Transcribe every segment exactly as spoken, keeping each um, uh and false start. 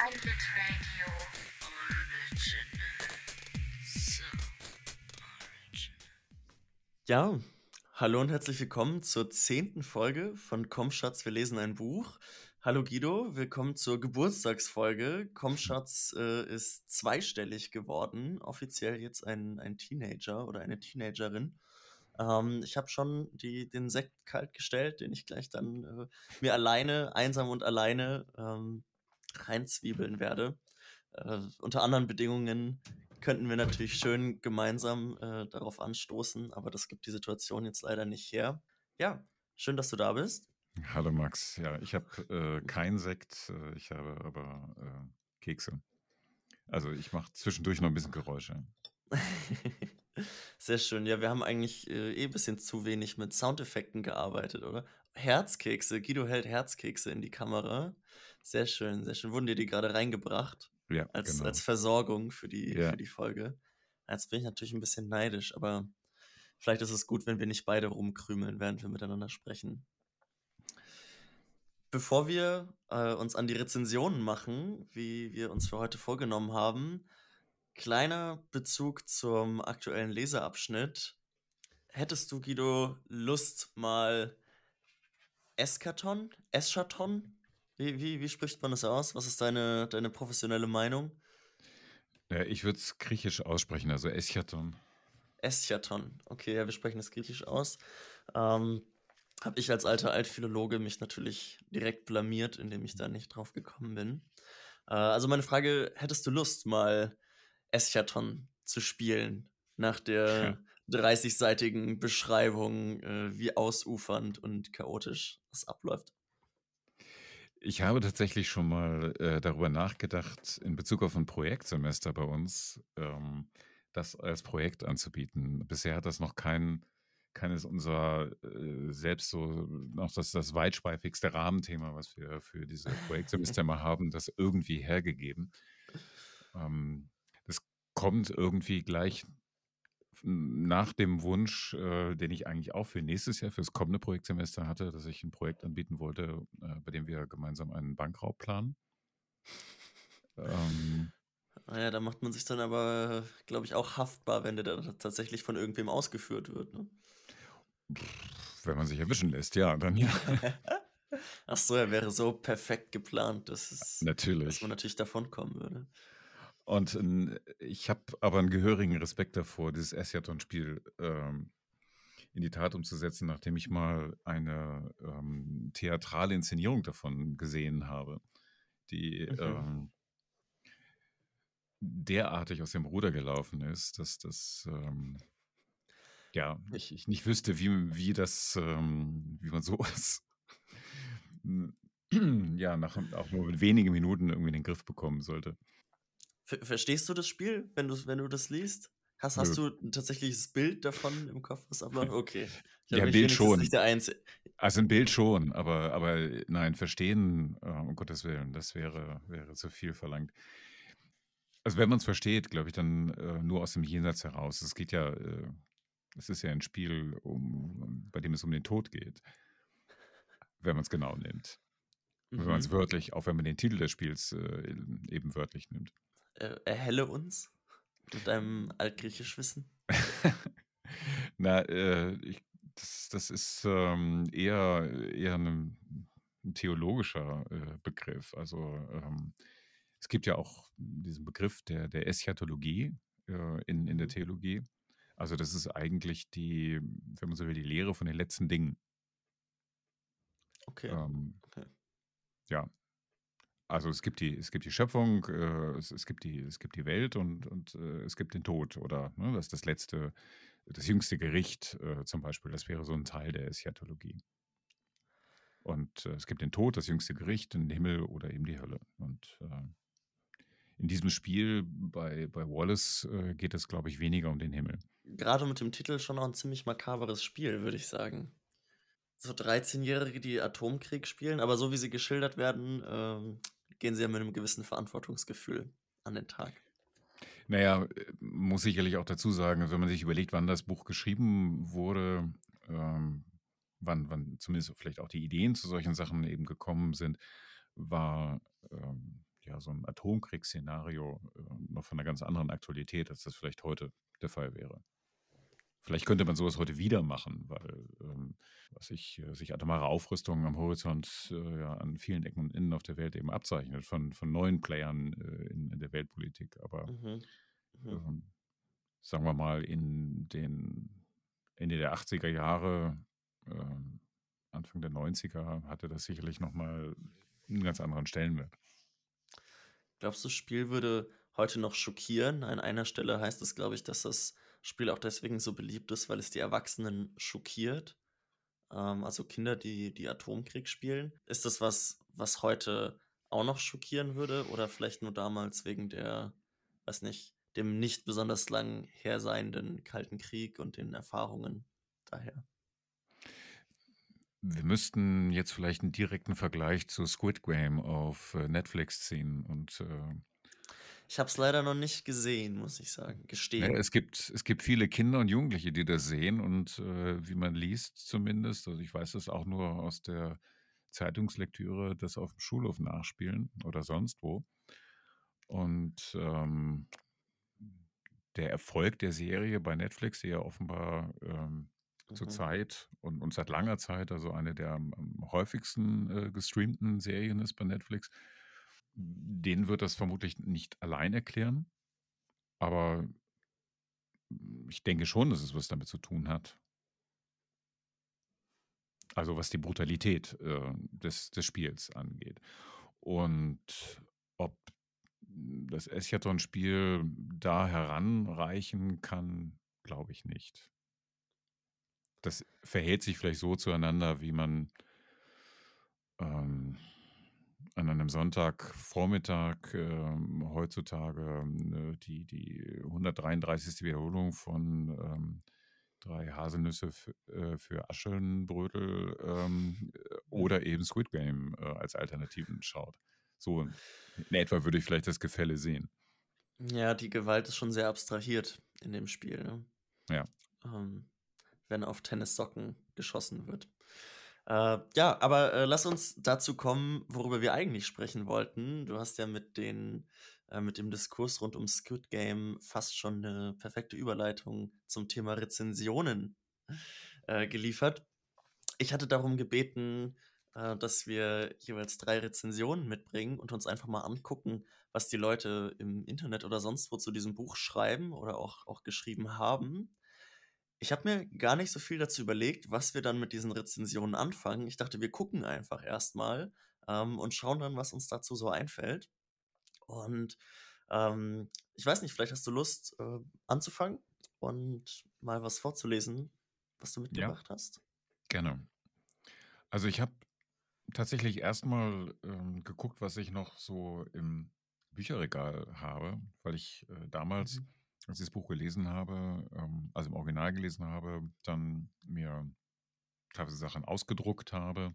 Pirate Radio Original. So, Original. Ja, hallo und herzlich willkommen zur zehnten Folge von Komm Schatz, wir lesen ein Buch. Hallo Guido, willkommen zur Geburtstagsfolge. Komm Schatz äh, ist zweistellig geworden, offiziell jetzt ein, ein Teenager oder eine Teenagerin. Ähm, ich habe schon die, den Sekt kalt gestellt, den ich gleich dann äh, mir alleine, einsam und alleine ähm, reinzwiebeln werde. Äh, unter anderen Bedingungen könnten wir natürlich schön gemeinsam äh, darauf anstoßen, aber das gibt die Situation jetzt leider nicht her. Ja, schön, dass du da bist. Hallo Max, ja, ich habe äh, keinen Sekt, äh, ich habe aber äh, Kekse. Also ich mache zwischendurch noch ein bisschen Geräusche. Sehr schön. Ja, wir haben eigentlich äh, eh ein bisschen zu wenig mit Soundeffekten gearbeitet, oder? Herzkekse. Guido hält Herzkekse in die Kamera. Sehr schön, sehr schön. Wurden dir die gerade reingebracht? Ja, Als, genau. als Versorgung für die, Ja. für die Folge. Jetzt bin ich natürlich ein bisschen neidisch, aber vielleicht ist es gut, wenn wir nicht beide rumkrümeln, während wir miteinander sprechen. Bevor wir äh, uns an die Rezensionen machen, wie wir uns für heute vorgenommen haben, kleiner Bezug zum aktuellen Leseabschnitt. Hättest du, Guido, Lust mal Eschaton? Eschaton? Wie, wie, wie spricht man das aus? Was ist deine, deine professionelle Meinung? Ja, ich würde es griechisch aussprechen, also Eschaton. Eschaton. Okay, ja, wir sprechen das griechisch aus. Ähm, habe ich als alter Altphilologe mich natürlich direkt blamiert, indem ich da nicht drauf gekommen bin. Äh, also meine Frage, hättest du Lust, mal Eschaton zu spielen, nach der dreißigseitigen Beschreibung, äh, wie ausufernd und chaotisch es abläuft? Ich habe tatsächlich schon mal äh, darüber nachgedacht, in Bezug auf ein Projektsemester bei uns, ähm, das als Projekt anzubieten. Bisher hat das noch kein, keines unserer äh, selbst so noch das, das weitschweifigste Rahmenthema, was wir für diese Projektsemester mal haben, das irgendwie hergegeben. Ähm, das kommt irgendwie gleich nach dem Wunsch, äh, den ich eigentlich auch für nächstes Jahr, fürs kommende Projektsemester hatte, dass ich ein Projekt anbieten wollte, äh, bei dem wir gemeinsam einen Bankraub planen. Ähm, Naja, da macht man sich dann aber, glaube ich, auch haftbar, wenn der dann tatsächlich von irgendwem ausgeführt wird, ne? Wenn man sich erwischen lässt, ja, dann ja. Ach so, er wäre so perfekt geplant, dass, es, dass man Natürlich. natürlich davonkommen würde. Und äh, ich habe aber einen gehörigen Respekt davor, dieses Eschaton-Spiel ähm, in die Tat umzusetzen, nachdem ich mal eine ähm, theatrale Inszenierung davon gesehen habe, die Mhm. ähm, derartig aus dem Ruder gelaufen ist, dass das ähm, ja ich, ich nicht wüsste, wie, wie das, ähm, wie man sowas ja nach auch nur mit wenigen Minuten irgendwie in den Griff bekommen sollte. Ver Verstehst du das Spiel, wenn du, wenn du das liest? Hast, Nö. hast du ein tatsächliches Bild davon im Kopf, was abläuft? Okay. Ich Ja, bin ein ich Bild wenigstens schon. nicht der Einzige. Also ein Bild schon, aber, aber nein, verstehen, äh, um Gottes Willen, das wäre, wäre zu viel verlangt. Also wenn man es versteht, glaube ich, dann äh, nur aus dem Jenseits heraus. Es geht ja, äh, es ist ja ein Spiel, um, bei dem es um den Tod geht, wenn man es genau nimmt. Wenn man es Mhm. wörtlich, auch wenn man den Titel des Spiels äh, eben wörtlich nimmt. Äh, erhelle uns mit deinem altgriechisch Wissen. Na, äh, ich, das, das ist ähm, eher, eher ein, ein theologischer äh, Begriff. Also ähm, es gibt ja auch diesen Begriff der, der Eschatologie äh, in, in der Mhm. Theologie. Also das ist eigentlich die, wenn man so will, die Lehre von den letzten Dingen. Okay. Ähm, Okay. ja, also es gibt die, es gibt die Schöpfung, äh, es, es gibt die, es gibt die Welt und, und äh, es gibt den Tod oder ne, das ist das letzte, das jüngste Gericht äh, zum Beispiel. Das wäre so ein Teil der Eschatologie. Und äh, es gibt den Tod, das jüngste Gericht, den Himmel oder eben die Hölle. Und äh, in diesem Spiel bei, bei Wallace äh, geht es, glaube ich, weniger um den Himmel. Gerade mit dem Titel schon auch ein ziemlich makaberes Spiel, würde ich sagen. So dreizehnjährige, die Atomkrieg spielen, aber so wie sie geschildert werden, ähm, gehen sie ja mit einem gewissen Verantwortungsgefühl an den Tag. Naja, äh, muss sicherlich auch dazu sagen, wenn man sich überlegt, wann das Buch geschrieben wurde, ähm, wann, wann zumindest vielleicht auch die Ideen zu solchen Sachen eben gekommen sind, war ähm, ja, so ein Atomkriegsszenario äh, noch von einer ganz anderen Aktualität, als das vielleicht heute der Fall wäre. Vielleicht könnte man sowas heute wieder machen, weil ähm, was ich, äh, sich atomare Aufrüstung am Horizont äh, ja an vielen Ecken und Enden auf der Welt eben abzeichnet von, von neuen Playern äh, in, in der Weltpolitik. Aber Mhm. Mhm. ähm, sagen wir mal, in den Ende der achtziger Jahre, ähm, Anfang der neunziger hatte das sicherlich nochmal einen ganz anderen Stellenwert. Glaubst du, das Spiel würde heute noch schockieren? An einer Stelle heißt es, glaube ich, dass das Spiel auch deswegen so beliebt ist, weil es die Erwachsenen schockiert. Ähm, also Kinder, die, die Atomkrieg spielen. Ist das was, was heute auch noch schockieren würde? Oder vielleicht nur damals wegen der, weiß nicht, dem nicht besonders lang her seienden Kalten Krieg und den Erfahrungen daher? Wir müssten jetzt vielleicht einen direkten Vergleich zu Squid Game auf äh, Netflix ziehen. Und äh, Ich habe es leider noch nicht gesehen, muss ich sagen. ne, Gestehen. es gibt, es gibt viele Kinder und Jugendliche, die das sehen. Und äh, wie man liest zumindest, also ich weiß das auch nur aus der Zeitungslektüre, das auf dem Schulhof nachspielen oder sonst wo. Und ähm, der Erfolg der Serie bei Netflix, die ja offenbar ähm, Mhm. zurzeit und, und seit langer Zeit also eine der am, am häufigsten äh, gestreamten Serien ist bei Netflix, den wird das vermutlich nicht allein erklären. Aber ich denke schon, dass es was damit zu tun hat. Also was die Brutalität äh, des, des Spiels angeht. Und ob das Eschaton-Spiel da heranreichen kann, glaube ich nicht. Das verhält sich vielleicht so zueinander, wie man ähm, an einem Sonntagvormittag ähm, heutzutage äh, die, die hundertdreiunddreißigste Wiederholung von ähm, drei Haselnüsse f- äh, für Aschenbrödel ähm, äh, oder eben Squid Game äh, als Alternativen schaut. So in etwa würde ich vielleicht das Gefälle sehen. Ja, die Gewalt ist schon sehr abstrahiert in dem Spiel, ne? Ja. Ähm, wenn auf Tennissocken geschossen wird. Äh, ja, aber äh, lass uns dazu kommen, worüber wir eigentlich sprechen wollten. Du hast ja mit, den, äh, mit dem Diskurs rund um Squid Game fast schon eine perfekte Überleitung zum Thema Rezensionen äh, geliefert. Ich hatte darum gebeten, äh, dass wir jeweils drei Rezensionen mitbringen und uns einfach mal angucken, was die Leute im Internet oder sonst wo zu diesem Buch schreiben oder auch, auch geschrieben haben. Ich habe mir gar nicht so viel dazu überlegt, was wir dann mit diesen Rezensionen anfangen. Ich dachte, wir gucken einfach erstmal ähm, und schauen dann, was uns dazu so einfällt. Und ähm, ich weiß nicht, vielleicht hast du Lust äh, anzufangen und mal was vorzulesen, was du Ja, mitgebracht hast. gerne. Also ich habe tatsächlich erstmal ähm, geguckt, was ich noch so im Bücherregal habe, weil ich äh, damals, Mhm. als ich das Buch gelesen habe, ähm, also im Original gelesen habe, dann mir teilweise Sachen ausgedruckt habe,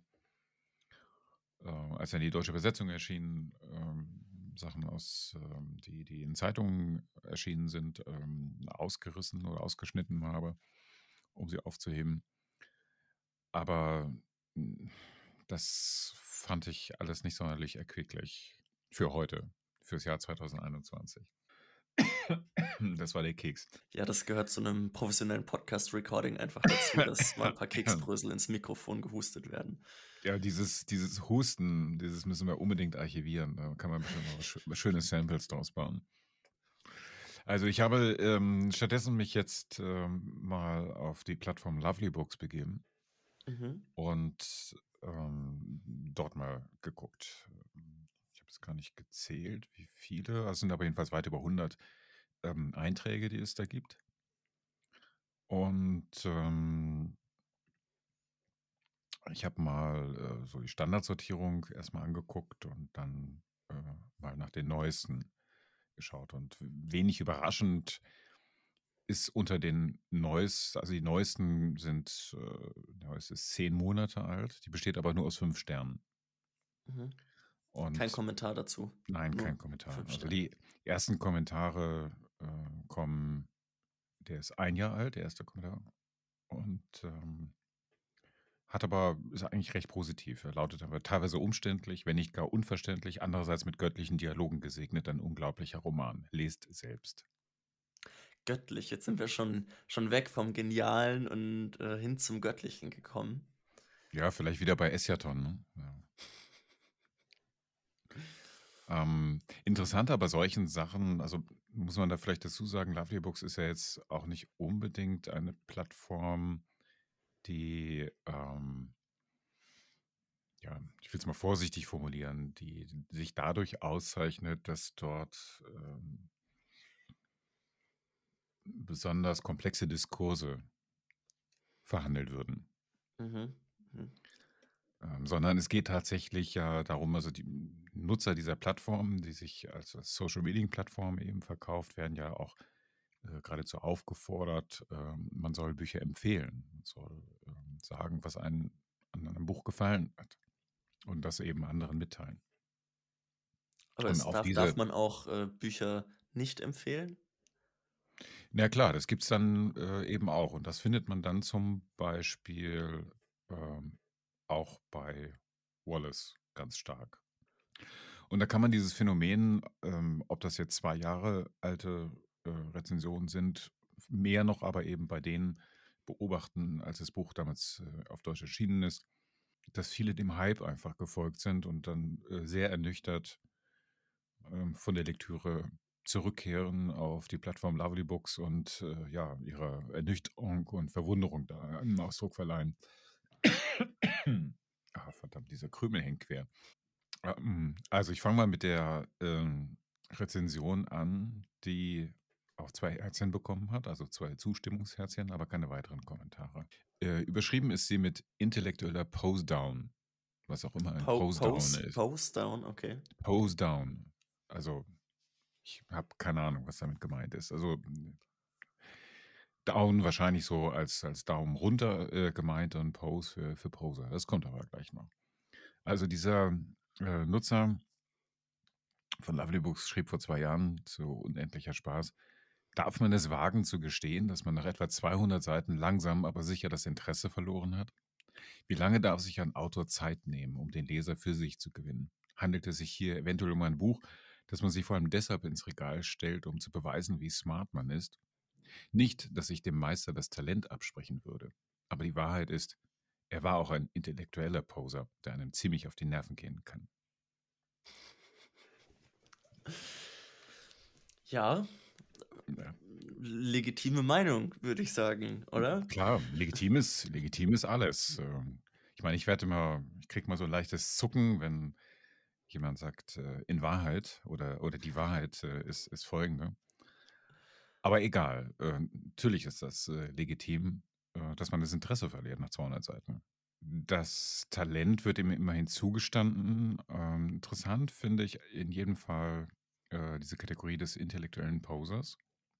äh, als dann die deutsche Übersetzung erschien, ähm, Sachen aus, ähm, die, die in Zeitungen erschienen sind, ähm, ausgerissen oder ausgeschnitten habe, um sie aufzuheben. Aber mm, das fand ich alles nicht sonderlich erquicklich für heute, fürs Jahr zweitausendeinundzwanzig. Das war der Keks. Ja, das gehört zu einem professionellen Podcast-Recording einfach dazu, dass mal ein paar Keksbrösel ins Mikrofon gehustet werden. Ja, dieses, dieses Husten, dieses müssen wir unbedingt archivieren. Da kann man bestimmt noch was schö- schöne Samples draus bauen. Also ich habe ähm, stattdessen mich jetzt ähm, mal auf die Plattform Lovely Books begeben Mhm. und ähm, dort mal geguckt. Ich habe es gar nicht gezählt, wie viele. Es sind aber jedenfalls weit über hundert ähm, Einträge, die es da gibt. Und ähm, ich habe mal äh, so die Standardsortierung erstmal angeguckt und dann äh, mal nach den neuesten geschaut. Und wenig überraschend ist unter den neuesten, also die neuesten sind, äh, der neueste ist zehn Monate alt, die besteht aber nur aus fünf Sternen. Mhm. Kein Und Kommentar dazu. nein, kein Nur Kommentar. fünf Also Sterne. die ersten Kommentare äh, kommen, der ist ein Jahr alt, der erste Kommentar. Und ähm, hat aber, ist eigentlich recht positiv. Er lautet aber teilweise umständlich, wenn nicht gar unverständlich, andererseits mit göttlichen Dialogen gesegnet, ein unglaublicher Roman. Lest selbst. Göttlich, jetzt sind wir schon, schon weg vom Genialen und äh, hin zum Göttlichen gekommen. Ja, vielleicht wieder bei Eschaton. Ne? Ja. Ähm, interessanter bei solchen Sachen, also muss man da vielleicht dazu sagen, Lovely Books ist ja jetzt auch nicht unbedingt eine Plattform, die, ähm, ja, ich will es mal vorsichtig formulieren, die sich dadurch auszeichnet, dass dort ähm, besonders komplexe Diskurse verhandelt würden. Mhm. Mhm. Ähm, sondern es geht tatsächlich ja darum, also die Nutzer dieser Plattform, die sich als, als Social Media Plattform eben verkauft, werden ja auch äh, geradezu aufgefordert, ähm, man soll Bücher empfehlen, man soll ähm, sagen, was einem an einem Buch gefallen hat und das eben anderen mitteilen. Aber Und es auf darf, darf diese, man auch äh, Bücher nicht empfehlen? na klar, das gibt es dann äh, eben auch. Und das findet man dann zum Beispiel ähm, auch bei Wallace ganz stark. Und da kann man dieses Phänomen, ähm, ob das jetzt zwei Jahre alte äh, Rezensionen sind, mehr noch aber eben bei denen beobachten, als das Buch damals äh, auf Deutsch erschienen ist, dass viele dem Hype einfach gefolgt sind und dann äh, sehr ernüchtert ähm, von der Lektüre zurückkehren auf die Plattform Lovely Books und äh, ja, ihrer Ernüchterung und Verwunderung da einen Ausdruck verleihen. Ah, verdammt, dieser Krümel hängt quer. Ähm, Also ich fange mal mit der ähm, Rezension an, die auch zwei Herzchen bekommen hat, also zwei Zustimmungsherzchen, aber keine weiteren Kommentare. Äh, überschrieben ist sie mit intellektueller Pose-Down, was auch immer ein Po Pose-Down Post, ist. Post down, okay. Pose-Down. Also ich habe keine Ahnung, was damit gemeint ist. Also Down wahrscheinlich so als, als Daumen runter äh, gemeint und Pose für, für Poser. Das kommt aber gleich noch. Also dieser äh, Nutzer von Lovely Books schrieb vor zwei Jahren zu Unendlicher Spaß: Darf man es wagen zu gestehen, dass man nach etwa zweihundert Seiten langsam, aber sicher das Interesse verloren hat? Wie lange darf sich ein Autor Zeit nehmen, um den Leser für sich zu gewinnen? Handelt es sich hier eventuell um ein Buch, das man sich vor allem deshalb ins Regal stellt, um zu beweisen, wie smart man ist? Nicht, dass ich dem Meister das Talent absprechen würde. Aber die Wahrheit ist, er war auch ein intellektueller Poser, der einem ziemlich auf die Nerven gehen kann. Ja, Ja. legitime Meinung, würde ich sagen, oder? Klar, legitim ist, legitim ist alles. Ähm, Ich meine, ich werde immer, ich kriege mal so ein leichtes Zucken, wenn jemand sagt, äh, in Wahrheit oder, oder die Wahrheit äh, ist, ist folgende. Aber egal, äh, natürlich ist das äh, legitim, äh, dass man das Interesse verliert nach zweihundert Seiten. Das Talent wird ihm immerhin zugestanden. Ähm, interessant finde ich in jedem Fall äh, diese Kategorie des intellektuellen Posers.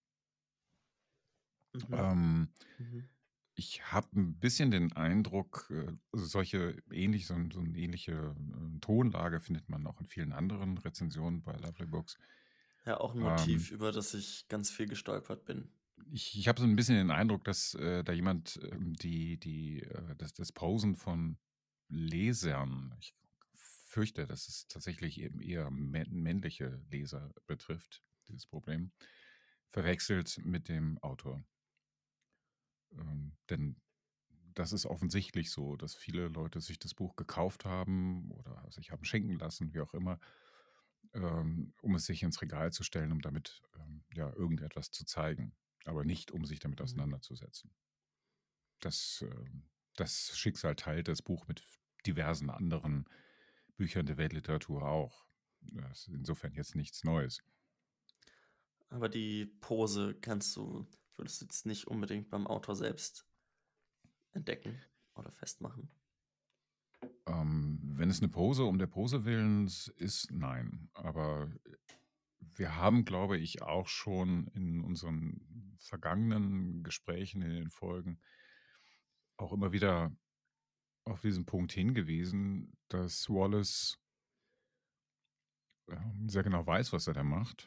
Mhm. Ähm, Mhm. Ich habe ein bisschen den Eindruck, äh, also solche ähnlich so 'n so 'ne ähnliche, äh, Tonlage findet man auch in vielen anderen Rezensionen bei Lovely Books. Ja, auch ein Ähm, Motiv, über das ich ganz viel gestolpert bin. ich ich habe so ein bisschen den Eindruck, dass, äh, da jemand, ähm, die die, äh das das Posen von Lesern, ich fürchte, dass es tatsächlich eben eher mä männliche Leser betrifft, dieses Problem, verwechselt mit dem Autor. Ähm, denn das ist offensichtlich so, dass viele Leute sich das Buch gekauft haben oder sich haben schenken lassen, wie auch immer, ähm, um es sich ins Regal zu stellen, um damit ähm, ja irgendetwas zu zeigen, aber nicht, um sich damit Mhm. auseinanderzusetzen. Das, ähm, das Schicksal teilt das Buch mit diversen anderen Büchern der Weltliteratur auch. Das ist insofern jetzt nichts Neues. Aber die Pose kannst du, würdest du jetzt nicht unbedingt beim Autor selbst entdecken oder festmachen. Ähm, wenn es eine Pose um der Pose willens ist, nein. Aber wir haben, glaube ich, auch schon in unseren vergangenen Gesprächen in den Folgen auch immer wieder auf diesen Punkt hingewiesen, dass Wallace ähm, sehr genau weiß, was er da macht.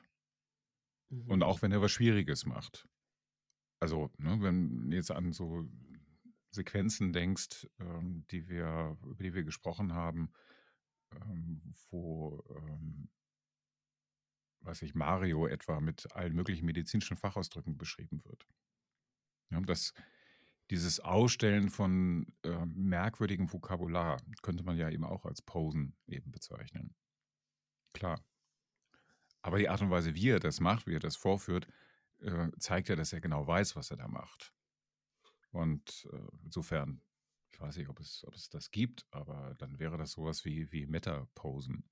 Und Mhm. auch wenn er was Schwieriges macht. Also, ne, wenn jetzt an so Sequenzen denkst, ähm, die wir, über die wir gesprochen haben, ähm, wo, ähm, weiß ich, Mario etwa mit allen möglichen medizinischen Fachausdrücken beschrieben wird. Ja, das, dieses Ausstellen von äh, merkwürdigem Vokabular könnte man ja eben auch als Posen eben bezeichnen. Klar. Aber die Art und Weise, wie er das macht, wie er das vorführt, äh, zeigt ja, dass er genau weiß, was er da macht. Und äh, insofern, ich weiß nicht, ob es, ob es das gibt, aber dann wäre das sowas wie, wie Meta-Posen.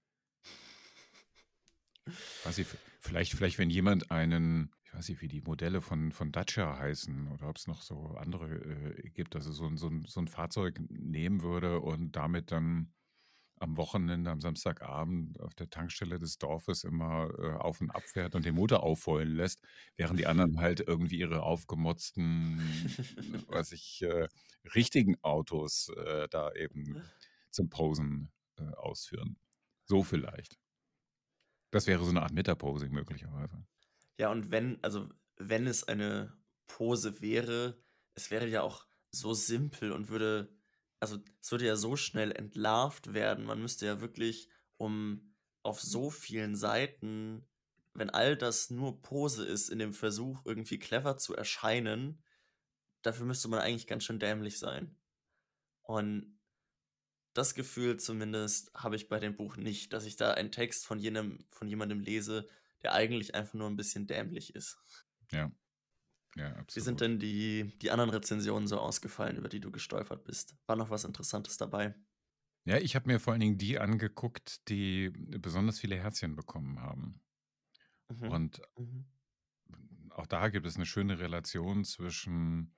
Weiß ich, vielleicht, vielleicht, wenn jemand einen, ich weiß nicht, wie die Modelle von, von Dacia heißen oder ob es noch so andere äh, gibt, also so, ein- so, ein- so ein Fahrzeug nehmen würde und damit dann am Wochenende, am Samstagabend auf der Tankstelle des Dorfes immer äh, auf und ab fährt und den Motor aufheulen lässt, während die anderen halt irgendwie ihre aufgemotzten, was ich, äh, richtigen Autos äh, da eben zum Posen äh, ausführen. So vielleicht. Das wäre so eine Art Metaposing möglicherweise. Ja, und wenn, also wenn es eine Pose wäre, es wäre ja auch so simpel und würde, also es würde ja so schnell entlarvt werden. Man müsste ja wirklich, um auf so vielen Seiten, wenn all das nur Pose ist, in dem Versuch, irgendwie clever zu erscheinen, dafür müsste man eigentlich ganz schön dämlich sein. Und das Gefühl zumindest habe ich bei dem Buch nicht, dass ich da einen Text von jenem, von jemandem lese, der eigentlich einfach nur ein bisschen dämlich ist. Ja, ja, Wie sind absolut. denn die, die anderen Rezensionen so ausgefallen, über die du gestolpert bist? War noch was Interessantes dabei? Ja, ich habe mir vor allen Dingen die angeguckt, die besonders viele Herzchen bekommen haben. Mhm. Und Mhm. auch da gibt es eine schöne Relation zwischen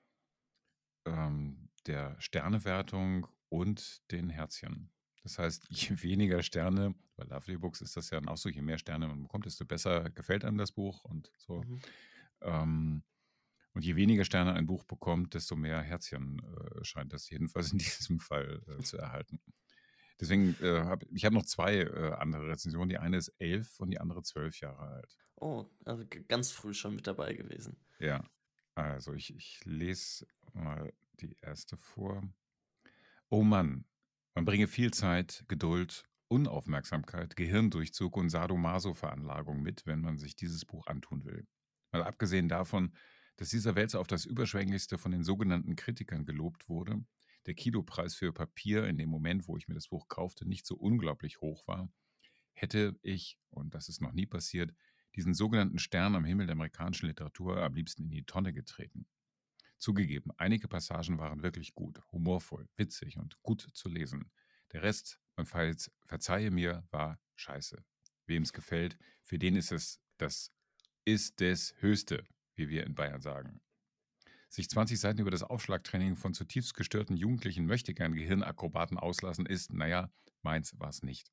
ähm, der Sternewertung und den Herzchen. Das heißt, je weniger Sterne, bei Lovely Books ist das ja dann auch so, je mehr Sterne man bekommt, desto besser gefällt einem das Buch und so. Mhm. Ähm, und je weniger Sterne ein Buch bekommt, desto mehr Herzchen äh, scheint das jedenfalls in diesem Fall äh, zu erhalten. Deswegen äh, habe ich hab noch zwei äh, andere Rezensionen. Die eine ist elf und die andere zwölf Jahre alt. Oh, also g- ganz früh schon mit dabei gewesen. Ja, also ich, ich lese mal die erste vor. Oh Mann, man bringe viel Zeit, Geduld, Unaufmerksamkeit, Gehirndurchzug und Sadomaso-Veranlagung mit, wenn man sich dieses Buch antun will. Mal abgesehen davon, dass dieser Wälzer auf das Überschwänglichste von den sogenannten Kritikern gelobt wurde, der Kilopreis für Papier in dem Moment, wo ich mir das Buch kaufte, nicht so unglaublich hoch war, hätte ich, und das ist noch nie passiert, diesen sogenannten Stern am Himmel der amerikanischen Literatur am liebsten in die Tonne getreten. Zugegeben, einige Passagen waren wirklich gut, humorvoll, witzig und gut zu lesen. Der Rest, man verz- verzeihe mir, war scheiße. Wem es gefällt, für den ist es das ist des Höchste, wie wir in Bayern sagen. Sich zwanzig Seiten über das Aufschlagtraining von zutiefst gestörten Jugendlichen möchtegern Gehirnakrobaten auslassen ist, naja, meins war es nicht.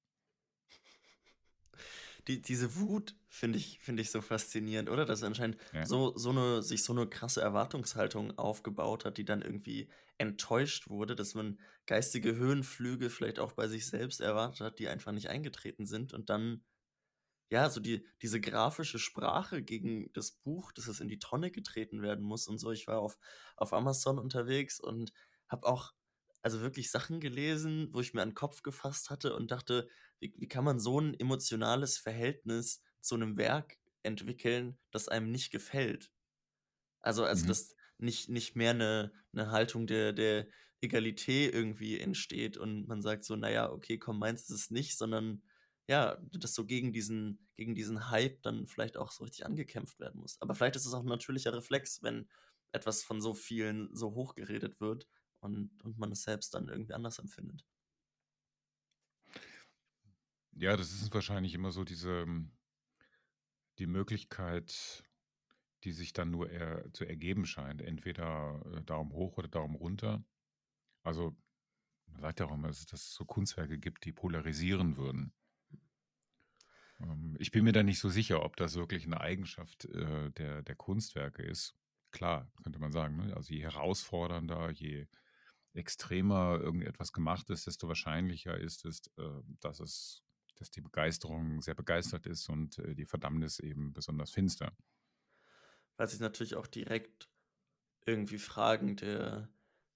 Die, diese Wut finde ich, finde ich so faszinierend, oder? Dass anscheinend Ja. so, so eine, sich so eine krasse Erwartungshaltung aufgebaut hat, die dann irgendwie enttäuscht wurde, dass man geistige Höhenflüge vielleicht auch bei sich selbst erwartet hat, die einfach nicht eingetreten sind und dann ja, so die diese grafische Sprache gegen das Buch, dass es in die Tonne getreten werden muss und so. Ich war auf auf Amazon unterwegs und habe auch also wirklich Sachen gelesen, wo ich mir an 'n Kopf gefasst hatte und dachte: „Wie wie kann man so ein emotionales Verhältnis zu einem Werk entwickeln, das einem nicht gefällt?“ Also also, Mhm. dass nicht nicht mehr eine 'ne Haltung der der Egalität irgendwie entsteht und man sagt so: „Na ja, okay, komm, meins ist es nicht“, sondern ja, dass so gegen diesen gegen diesen Hype dann vielleicht auch so richtig angekämpft werden muss. Aber vielleicht ist es auch 'n natürlicher Reflex, wenn etwas von so vielen so hoch geredet wird und und man es selbst dann irgendwie anders empfindet. Ja, das ist wahrscheinlich immer so diese, ähm, die Möglichkeit, die sich dann nur er, zu ergeben scheint. Entweder äh, Daumen hoch oder Daumen runter. Also man sagt ja auch immer, dass es so Kunstwerke gibt, die polarisieren würden. Ähm, ich bin mir da nicht so sicher, ob das wirklich eine Eigenschaft äh, der, der Kunstwerke ist. Klar, könnte man sagen. Ne? Also je herausfordernder, je extremer irgendetwas gemacht ist, desto wahrscheinlicher ist es, äh, dass es, dass die Begeisterung sehr begeistert ist und äh, die Verdammnis eben besonders finster. Weil sich natürlich auch direkt irgendwie fragen, der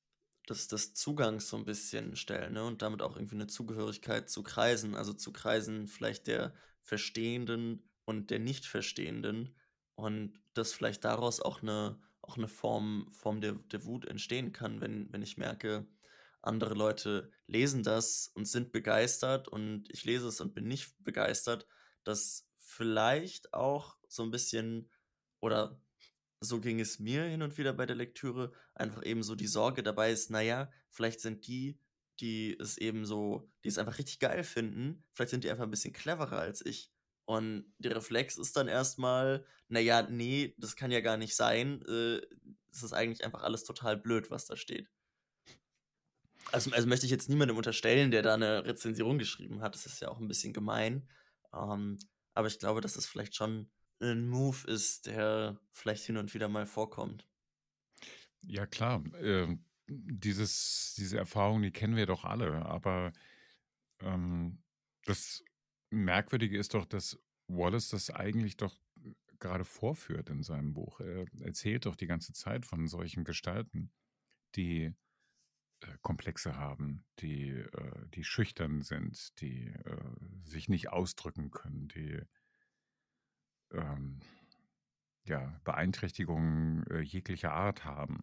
des des Zugangs so ein bisschen stellen, ne, und damit auch irgendwie eine Zugehörigkeit zu Kreisen, also zu Kreisen vielleicht der Verstehenden und der Nicht-Verstehenden und dass vielleicht daraus auch eine auch eine Form Form der der Wut entstehen kann, wenn wenn ich merke, andere Leute lesen das und sind begeistert und ich lese es und bin nicht begeistert, dass vielleicht auch so ein bisschen oder so ging es mir hin und wieder bei der Lektüre, einfach eben so die Sorge dabei ist, na ja, vielleicht sind die, die es eben so die es einfach richtig geil finden, vielleicht sind die einfach ein bisschen cleverer als ich. Und der Reflex ist dann erstmal, na ja, ne, das kann ja gar nicht sein, äh, es ist eigentlich einfach alles total blöd, was da steht. Also also möchte ich jetzt niemandem unterstellen, der da eine Rezension geschrieben hat. Das ist ja auch ein bisschen gemein. Ähm, aber ich glaube, dass es vielleicht schon ein Move ist, der vielleicht hin und wieder mal vorkommt. Ja klar, ähm, dieses diese Erfahrung, die kennen wir doch alle, aber, ähm, das Merkwürdige ist doch, dass Wallace das eigentlich doch gerade vorführt in seinem Buch. Er erzählt doch die ganze Zeit von solchen Gestalten, die, äh, Komplexe haben, die, äh die schüchtern sind, die, äh, sich nicht ausdrücken können, die, ähm, ja, Beeinträchtigungen, äh, jeglicher Art haben.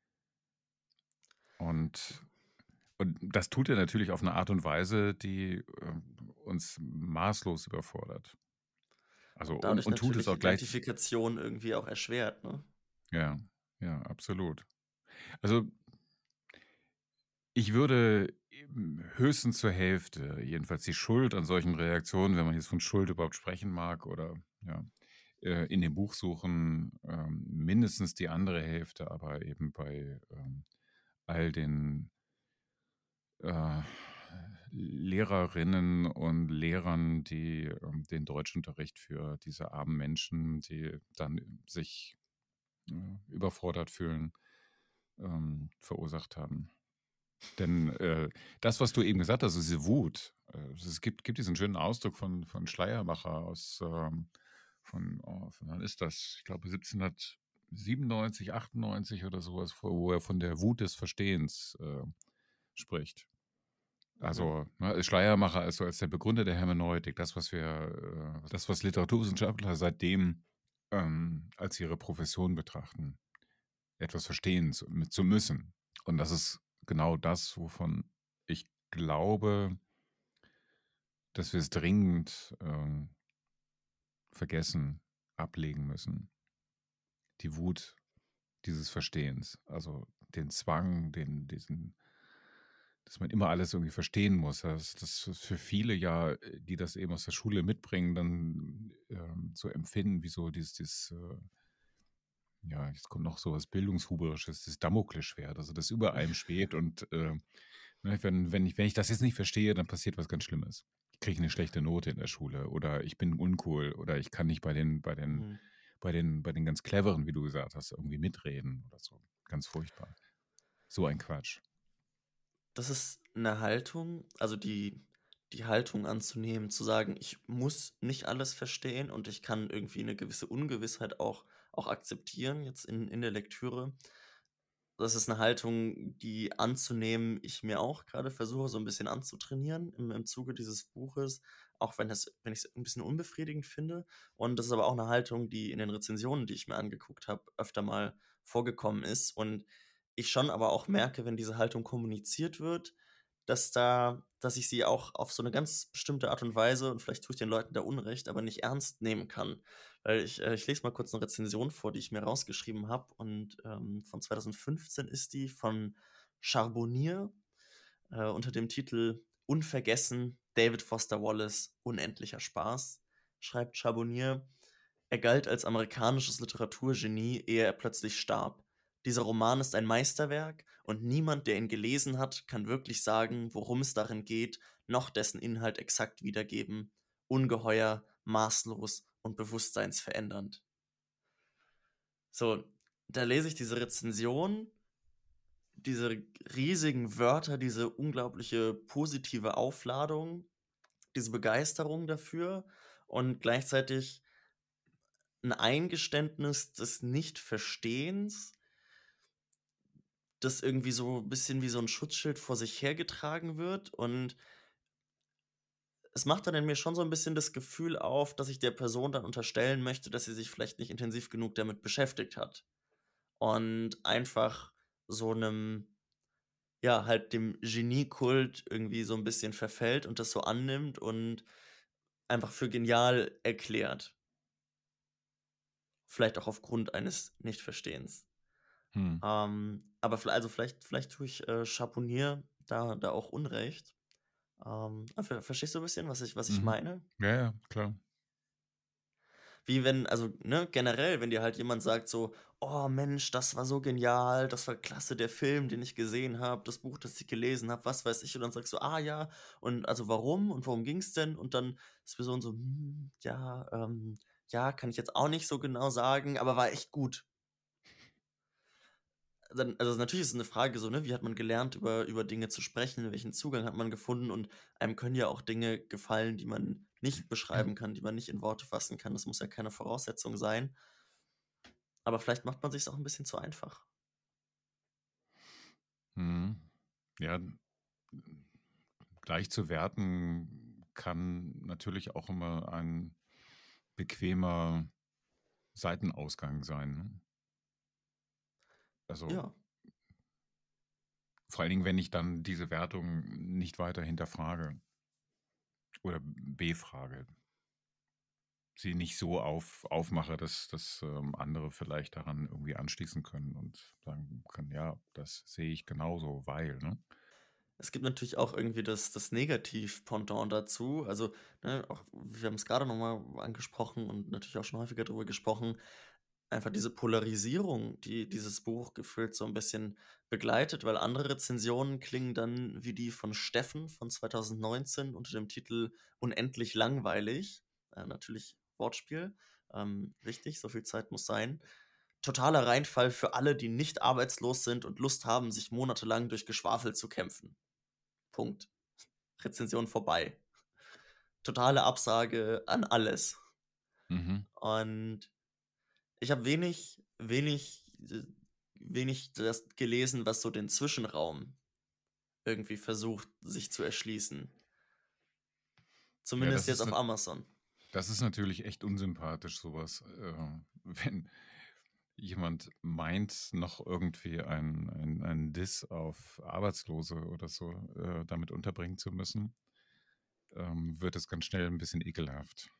Und Und das tut er natürlich auf eine Art und Weise, die, ähm, uns maßlos überfordert. Also Und und dadurch und tut es natürlich auch gleich Identifikation irgendwie auch erschwert, ne? ja, ja, absolut. Also, ich würde, hm, höchstens zur Hälfte jedenfalls die Schuld an solchen Reaktionen, wenn man jetzt von Schuld überhaupt sprechen mag oder ja, äh, in dem Buch suchen, ähm, mindestens die andere Hälfte, aber eben bei, ähm, all den äh, Lehrerinnen und Lehrern, die ähm, den Deutschunterricht für diese armen Menschen, die dann sich äh, überfordert fühlen, ähm, verursacht haben. Denn äh, das, was du eben gesagt hast, diese Wut, äh, es gibt, gibt diesen schönen Ausdruck von, von Schleiermacher aus, ähm, von, oh, von wann ist das? Ich glaube siebzehnhundertsiebenundneunzig, achtundneunzig oder sowas, wo er von der Wut des Verstehens äh, spricht. Mhm. Also, ne, Schleiermacher ist so als der Begründer der Hermeneutik, das, was wir, äh, das, was Literaturwissenschaftler seitdem ähm, als ihre Profession betrachten, etwas verstehen zu, mit, zu müssen. Und das ist genau das, wovon ich glaube, dass wir es dringend ähm, vergessen, ablegen müssen. Die Wut dieses Verstehens, also den Zwang, den, diesen dass man immer alles irgendwie verstehen muss. Das das ist für viele ja, äh, die das eben aus der Schule mitbringen, dann, ähm, so empfinden wie so dieses dieses, äh ja, jetzt kommt noch so was Bildungshuberisches, das Damoklesschwert, also das über einem schwebt und, äh, ne, wenn wenn ich wenn ich das jetzt nicht verstehe, dann passiert was ganz Schlimmes. Ich kriege eine schlechte Note in der Schule oder ich bin uncool oder ich kann nicht bei den bei den Mhm. bei den bei den ganz Cleveren, wie du gesagt hast, irgendwie mitreden oder so. Ganz furchtbar. So ein Quatsch. Das ist eine Haltung, also die die Haltung anzunehmen, zu sagen: „Ich muss nicht alles verstehen und ich kann irgendwie eine gewisse Ungewissheit auch auch akzeptieren jetzt in in der Lektüre.“ Das ist eine Haltung, die anzunehmen ich mir auch gerade versuche, so ein bisschen anzutrainieren im im Zuge dieses Buches, auch wenn das wenn ich's 'n bisschen unbefriedigend finde. Und das ist aber auch eine Haltung, die in den Rezensionen, die ich mir angeguckt habe, öfter mal vorgekommen ist und ich schon aber auch merke, wenn diese Haltung kommuniziert wird, dass da dass ich sie auch auf so eine ganz bestimmte Art und Weise und vielleicht tue ich den Leuten da Unrecht, aber nicht ernst nehmen kann. Weil ich äh, ich lese mal kurz eine Rezension vor, die ich mir rausgeschrieben habe und, ähm, von zwanzig fünfzehn ist die von Charbonnier, äh, unter dem Titel „Unvergessen, David Foster Wallace, unendlicher Spaß“, schreibt Charbonnier: „Er galt als amerikanisches Literaturgenie, ehe er plötzlich starb. Dieser Roman ist ein Meisterwerk und niemand, der ihn gelesen hat, kann wirklich sagen, worum es darin geht, noch dessen Inhalt exakt wiedergeben. Ungeheuer, maßlos und bewusstseinsverändernd.“ So, da lese ich diese Rezension, diese riesigen Wörter, diese unglaubliche positive Aufladung, diese Begeisterung dafür und gleichzeitig ein Eingeständnis des Nichtverstehens, das irgendwie so ein bisschen wie so ein Schutzschild vor sich hergetragen wird und es macht dann in mir schon so ein bisschen das Gefühl auf, dass ich der Person dann unterstellen möchte, dass sie sich vielleicht nicht intensiv genug damit beschäftigt hat und einfach so einem ja, halt dem Geniekult irgendwie so ein bisschen verfällt und das so annimmt und einfach für genial erklärt. Vielleicht auch aufgrund eines Nichtverstehens. Hm. Ähm, aber viellei also vielleicht vielleicht tue ich, äh, Chaponier da da auch Unrecht. Ähm, ah, ver verstehst du ein bisschen, was ich was ich Mhm. meine? Ja, ja, klar. Wie wenn also, ne, generell, wenn dir halt jemand sagt so: „Oh Mensch, das war so genial, das war klasse, der Film, den ich gesehen habe, das Buch, das ich gelesen habe, was weiß ich.“ Und dann sagst du: „Ah ja, und also warum und worum ging's denn?“ Und dann ist die Person so: „Hm, ja, ähm, ja, kann ich jetzt auch nicht so genau sagen, aber war echt gut.“ Dann also natürlich ist es 'ne Frage so, ne, wie hat man gelernt, über über Dinge zu sprechen? Welchen Zugang hat man gefunden? Und einem können ja auch Dinge gefallen, die man nicht beschreiben kann, die man nicht in Worte fassen kann. Das muss ja keine Voraussetzung sein. Aber vielleicht macht man sich's auch 'n bisschen zu einfach. Mhm. Ja, gleich zu werten kann natürlich auch immer ein bequemer Seitenausgang sein, ne? Also, Ja, vor allen Dingen, wenn ich dann diese Wertung nicht weiter hinterfrage oder befrage, sie nicht so auf aufmache, dass dass, ähm, andere vielleicht daran irgendwie anschließen können und sagen können: „Ja, das sehe ich genauso, weil“, ne? es gibt natürlich auch irgendwie das das Negativ-Pendant dazu. Also, ne, auch wir haben's grade noch mal angesprochen und natürlich auch schon häufiger drüber gesprochen. Einfach diese Polarisierung, die dieses Buch gefühlt so ein bisschen begleitet, weil andere Rezensionen klingen dann wie die von Steffen von zweitausendneunzehn unter dem Titel „Unendlich langweilig“. Äh, natürlich Wortspiel. Ähm, wichtig, so viel Zeit muss sein. „Totaler Reinfall für alle, die nicht arbeitslos sind und Lust haben, sich monatelang durch Geschwafel zu kämpfen. Punkt. Rezension vorbei. Totale Absage an alles.“ Mhm. Und ich habe wenig wenig äh, wenig das gelesen, was so den Zwischenraum irgendwie versucht, sich zu erschließen. Ja, Zumindest das jetzt ist auf 'ne Amazon. das ist natürlich echt unsympathisch, sowas, äh, wenn jemand meint, noch irgendwie ein ein ein Diss auf Arbeitslose oder so, äh, damit unterbringen zu müssen, ähm, wird es ganz schnell ein bisschen ekelhaft.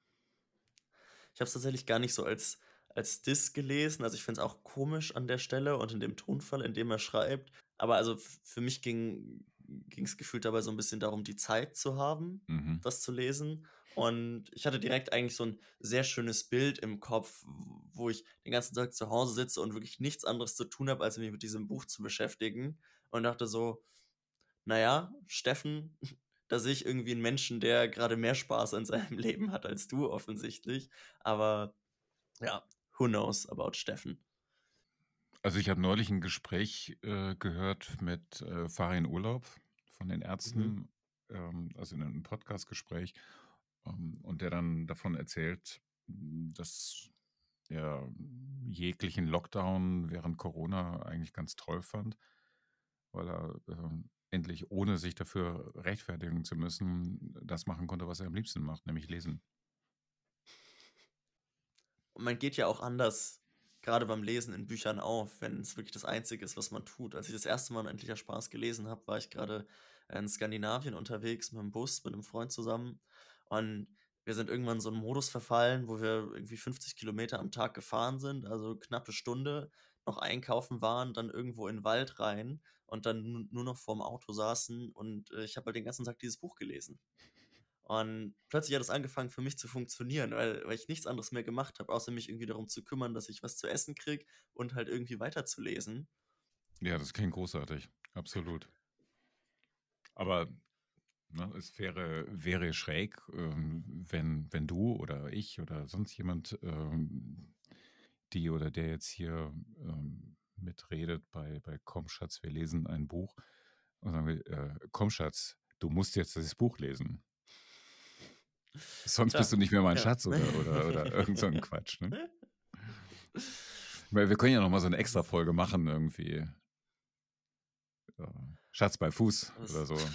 Ich habe es tatsächlich gar nicht so als als Diss gelesen. Also, ich finde es auch komisch an der Stelle und in dem Tonfall, in dem er schreibt. Aber also, f für mich ging ging's gefühlt dabei so ein bisschen darum, die Zeit zu haben, Mhm. das zu lesen. Und ich hatte direkt eigentlich so ein sehr schönes Bild im Kopf, w wo ich den ganzen Tag zu Hause sitze und wirklich nichts anderes zu tun habe, als mich mit diesem Buch zu beschäftigen und dachte so: „Na ja, Steffen, da sehe ich irgendwie einen Menschen, der gerade mehr Spaß an seinem Leben hat als du offensichtlich.“ Aber ja, who knows about Steffen? Also, ich habe neulich ein Gespräch, äh, gehört mit, äh, Farin Urlaub von den Mhm. Ärzten, ähm, also in einem Podcastgespräch, ähm, und der dann davon erzählt, hm, dass er jeglichen Lockdown während Corona eigentlich ganz toll fand, weil er, ähm, endlich, ohne sich dafür rechtfertigen zu müssen, das machen konnte, was er am liebsten macht, nämlich lesen. Und man geht ja auch anders, gerade beim Lesen in Büchern auf, wenn es wirklich das Einzige ist, was man tut. Als ich das erste Mal „Unendlicher Spaß“ gelesen habe, war ich gerade in Skandinavien unterwegs mit dem Bus mit einem Freund zusammen und wir sind irgendwann in so 'n Modus verfallen, wo wir irgendwie fünfzig Kilometer am Tag gefahren sind, also knappe Stunde, noch einkaufen waren, dann irgendwo in 'n Wald rein und dann nu nur noch vorm Auto saßen und, äh, ich habe halt den ganzen Tag dieses Buch gelesen. Und plötzlich hat es angefangen für mich zu funktionieren, weil weil ich nichts anderes mehr gemacht habe, außer mich irgendwie darum zu kümmern, dass ich was zu essen kriege und halt irgendwie weiterzulesen. Ja, das klingt großartig, absolut. Aber ne, es wäre, wäre schräg, ähm, wenn, wenn du oder ich oder sonst jemand, ähm, die oder der jetzt hier ähm, mitredet bei, bei Komm Schatz, wir lesen ein Buch und sagen wir, äh, komm Schatz, du musst jetzt dieses Buch lesen. Sonst bist Tja, du nicht mehr mein ja. Schatz oder, oder, oder irgend so ein Quatsch. Ne? Weil wir können ja noch mal so eine extra Folge machen irgendwie. äh, Schatz bei Fuß Das- oder so.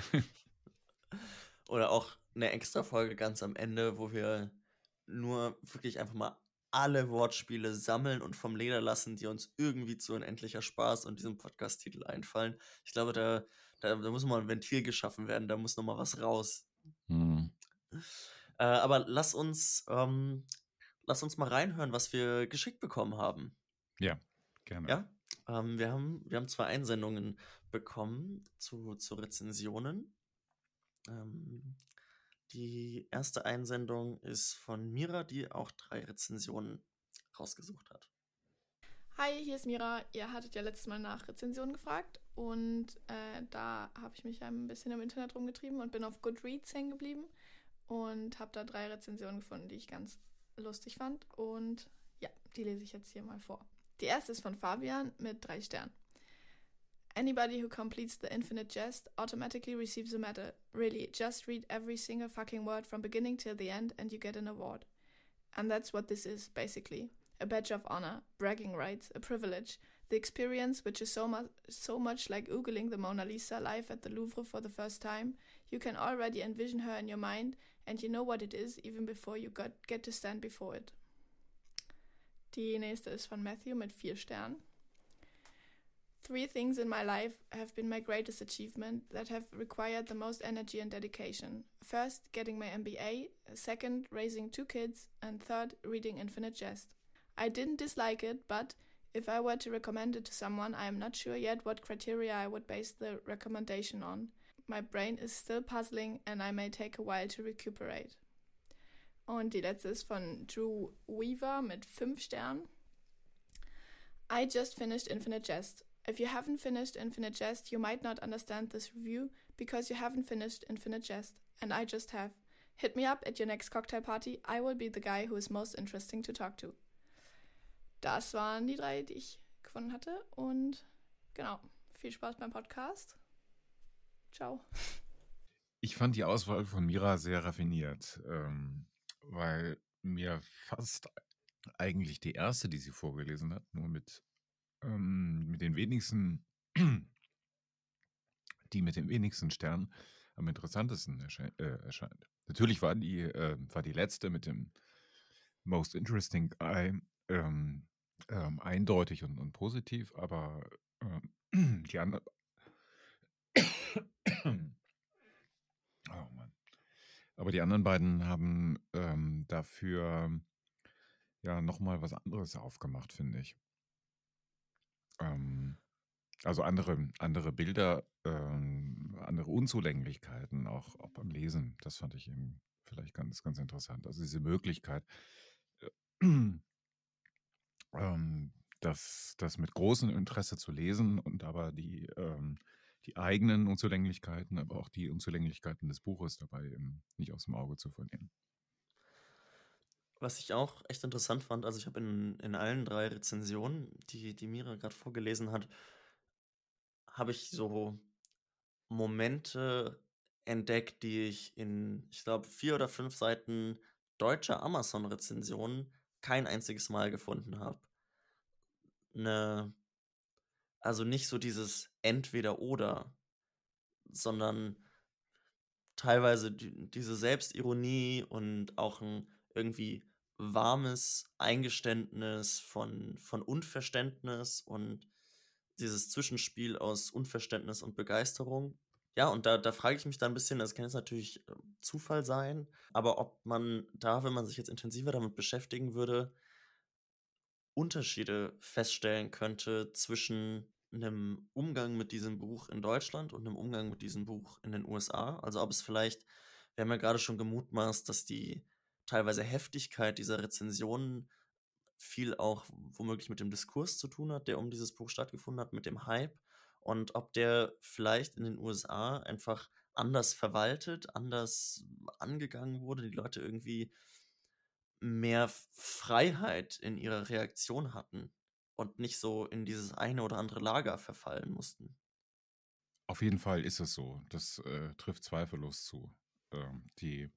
Oder auch eine extra Folge ganz am Ende, wo wir nur wirklich einfach mal alle Wortspiele sammeln und vom Leder lassen, die uns irgendwie zu Unendlicher Spaß und diesem Podcast-Titel einfallen. Ich glaube, da, da, da muss mal ein Ventil geschaffen werden, da muss noch mal was raus. Hm. Äh, aber lass uns, ähm, lass uns mal reinhören, was wir geschickt bekommen haben. Ja, gerne. Ja, ähm, wir haben, wir haben zwei Einsendungen bekommen zu, zu Rezensionen. Ähm, die erste Einsendung ist von Mira, die auch drei Rezensionen rausgesucht hat. Hi, hier ist Mira. Ihr hattet ja letztes Mal nach Rezensionen gefragt und äh, da habe ich mich ein bisschen im Internet rumgetrieben und bin auf Goodreads hängen geblieben und habe da drei Rezensionen gefunden, die ich ganz lustig fand und ja, die lese ich jetzt hier mal vor. Die erste ist von Fabian mit drei Sternen. Anybody who completes the Infinite Jest automatically receives a medal. Really, just read every single fucking word from beginning till the end and you get an award. And that's what this is, basically. A badge of honor, bragging rights, a privilege, the experience which is so, mu- so much like oogling the Mona Lisa live at the Louvre for the first time. You can already envision her in your mind and you know what it is even before you got, get to stand before it. Die nächste ist von Matthew mit vier Sternen. Three things in my life have been my greatest achievement that have required the most energy and dedication. First, getting my M B A. Second, raising two kids. And third, reading Infinite Jest. I didn't dislike it, but if I were to recommend it to someone, I am not sure yet what criteria I would base the recommendation on. My brain is still puzzling and I may take a while to recuperate. Und die letzte ist von Drew Weaver mit fünf Sternen. I just finished Infinite Jest. If you haven't finished Infinite Jest, you might not understand this review because you haven't finished Infinite Jest, and I just have. Hit me up at your next cocktail party. I will be the guy who is most interesting to talk to. Das waren die drei, die ich gefunden hatte. Und genau, viel Spaß beim Podcast. Ciao. Ich fand die Auswahl von Mira sehr raffiniert, ähm, weil mir fast eigentlich die erste, die sie vorgelesen hat, nur mit, ähm, mit den wenigsten, die mit den wenigsten Sternen am interessantesten ersche äh, erscheint. Natürlich war die, äh, war die letzte mit dem Most Interesting Eye ähm, ähm, eindeutig und, und positiv, aber ähm, die andere. Oh Mann. Aber die anderen beiden haben ähm, dafür ja nochmal was anderes aufgemacht, finde ich. Ähm, also andere, andere Bilder, ähm, andere Unzulänglichkeiten, auch, auch beim Lesen. Das fand ich eben vielleicht ganz, ganz interessant. Also diese Möglichkeit, äh, ähm, das, das mit großem Interesse zu lesen und aber die, ähm, die eigenen Unzulänglichkeiten, aber auch die Unzulänglichkeiten des Buches dabei eben nicht aus dem Auge zu verlieren. Was ich auch echt interessant fand, also ich habe in, in allen drei Rezensionen, die, die Mira gerade vorgelesen hat, habe ich so Momente entdeckt, die ich in, ich glaube, vier oder fünf Seiten deutscher Amazon-Rezensionen kein einziges Mal gefunden habe. Ne, also nicht so dieses Entweder-Oder, sondern teilweise die, diese Selbstironie und auch ein irgendwie warmes Eingeständnis von, von Unverständnis und dieses Zwischenspiel aus Unverständnis und Begeisterung. Ja, und da, da frage ich mich dann ein bisschen, das kann jetzt natürlich äh, Zufall sein, aber ob man da, wenn man sich jetzt intensiver damit beschäftigen würde, Unterschiede feststellen könnte zwischen einem Umgang mit diesem Buch in Deutschland und einem Umgang mit diesem Buch in den U S A. Also ob es vielleicht, wir haben ja gerade schon gemutmaßt, dass die teilweise Heftigkeit dieser Rezensionen viel auch womöglich mit dem Diskurs zu tun hat, der um dieses Buch stattgefunden hat, mit dem Hype. Und ob der vielleicht in den U S A einfach anders verwaltet, anders angegangen wurde, die Leute irgendwie mehr Freiheit in ihrer Reaktion hatten und nicht so in dieses eine oder andere Lager verfallen mussten. Auf jeden Fall ist es so. Das äh, trifft zweifellos zu. Ähm, die,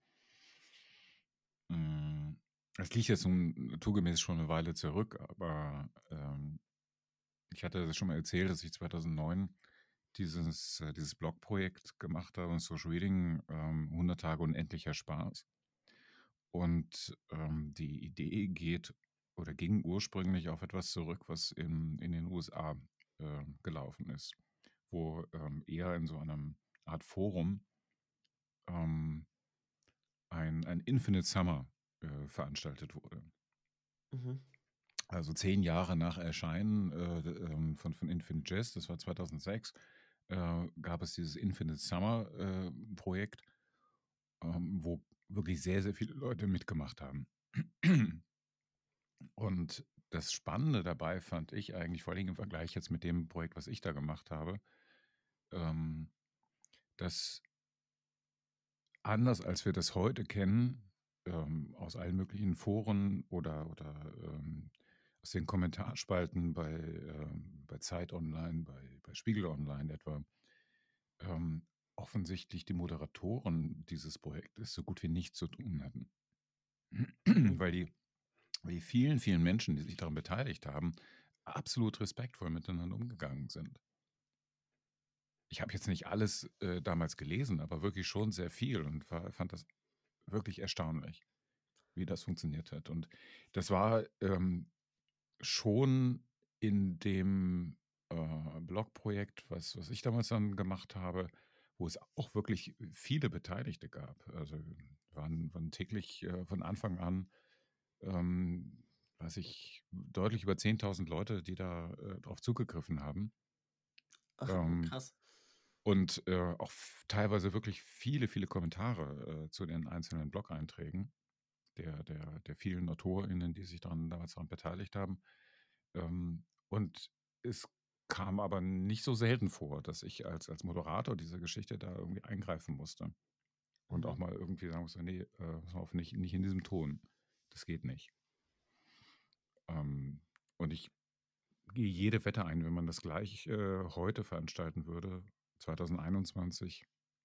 mh, es liegt jetzt nun naturgemäß schon eine Weile zurück, aber ähm, ich hatte das schon mal erzählt, dass ich zweitausendneun dieses, äh, dieses Blogprojekt gemacht habe, Social Reading, ähm, hundert Tage unendlicher Spaß. Und ähm, die Idee geht oder ging ursprünglich auf etwas zurück, was in, in den U S A äh, gelaufen ist, wo ähm, eher in so einem Art Forum ähm, ein, ein Infinite Summer äh, veranstaltet wurde. Mhm. Also zehn Jahre nach Erscheinen äh, ähm, von, von Infinite Jest, das war zweitausendsechs, äh, gab es dieses Infinite Summer äh, Projekt, ähm, wo wirklich sehr, sehr viele Leute mitgemacht haben. Und das Spannende dabei fand ich eigentlich, vor allem im Vergleich jetzt mit dem Projekt, was ich da gemacht habe, ähm, dass anders als wir das heute kennen, ähm, aus allen möglichen Foren oder, oder ähm, aus den Kommentarspalten bei, ähm, bei Zeit Online, bei, bei Spiegel Online etwa, ähm, offensichtlich die Moderatoren dieses Projektes so gut wie nichts zu tun hatten. Mhm. Weil die, weil die vielen, vielen Menschen, die sich daran beteiligt haben, absolut respektvoll miteinander umgegangen sind. Ich habe jetzt nicht alles äh, damals gelesen, aber wirklich schon sehr viel und war, fand das wirklich erstaunlich, wie das funktioniert hat. Und das war ähm, schon in dem äh, Blogprojekt, was, was ich damals dann gemacht habe, wo es auch wirklich viele Beteiligte gab. Also waren, waren täglich äh, von Anfang an, ähm, weiß ich, deutlich über zehntausend Leute, die da äh, drauf zugegriffen haben. Ach, Ähm, krass. und äh, auch f- teilweise wirklich viele, viele Kommentare äh, zu den einzelnen Blog-Einträgen der, der, der vielen AutorInnen, die sich daran, damals daran beteiligt haben. Ähm, und es kam aber nicht so selten vor, dass ich als, als Moderator dieser Geschichte da irgendwie eingreifen musste. Und auch Mhm. mal irgendwie sagen musste, nee, äh, pass mal auf, nicht, nicht in diesem Ton. Das geht nicht. Ähm, und ich gehe jede Wette ein, wenn man das gleich äh, heute veranstalten würde, zweitausendeinundzwanzig,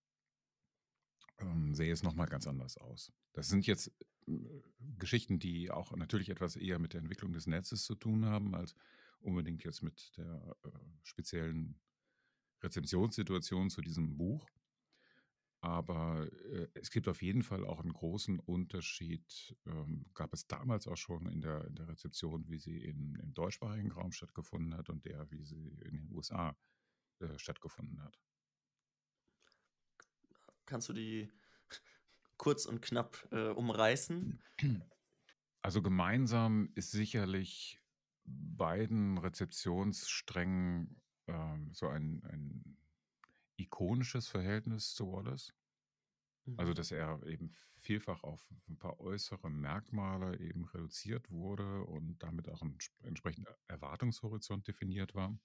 ähm, sähe es nochmal ganz anders aus. Das sind jetzt äh, Geschichten, die auch natürlich etwas eher mit der Entwicklung des Netzes zu tun haben, als unbedingt jetzt mit der äh, speziellen Rezensionssituation zu diesem Buch. Aber äh, es gibt auf jeden Fall auch einen großen Unterschied, ähm, gab es damals auch schon in der, in der Rezeption, wie sie in, im deutschsprachigen Raum stattgefunden hat und der, wie sie in den U S A äh, stattgefunden hat. Kannst du die kurz und knapp äh, umreißen? Also gemeinsam ist sicherlich beiden Rezeptionssträngen ähm, so ein, ein ikonisches Verhältnis zu Wallace. Also, Mhm. dass er eben vielfach auf ein paar äußere Merkmale eben reduziert wurde und damit auch ein sp- entsprechender Erwartungshorizont definiert war.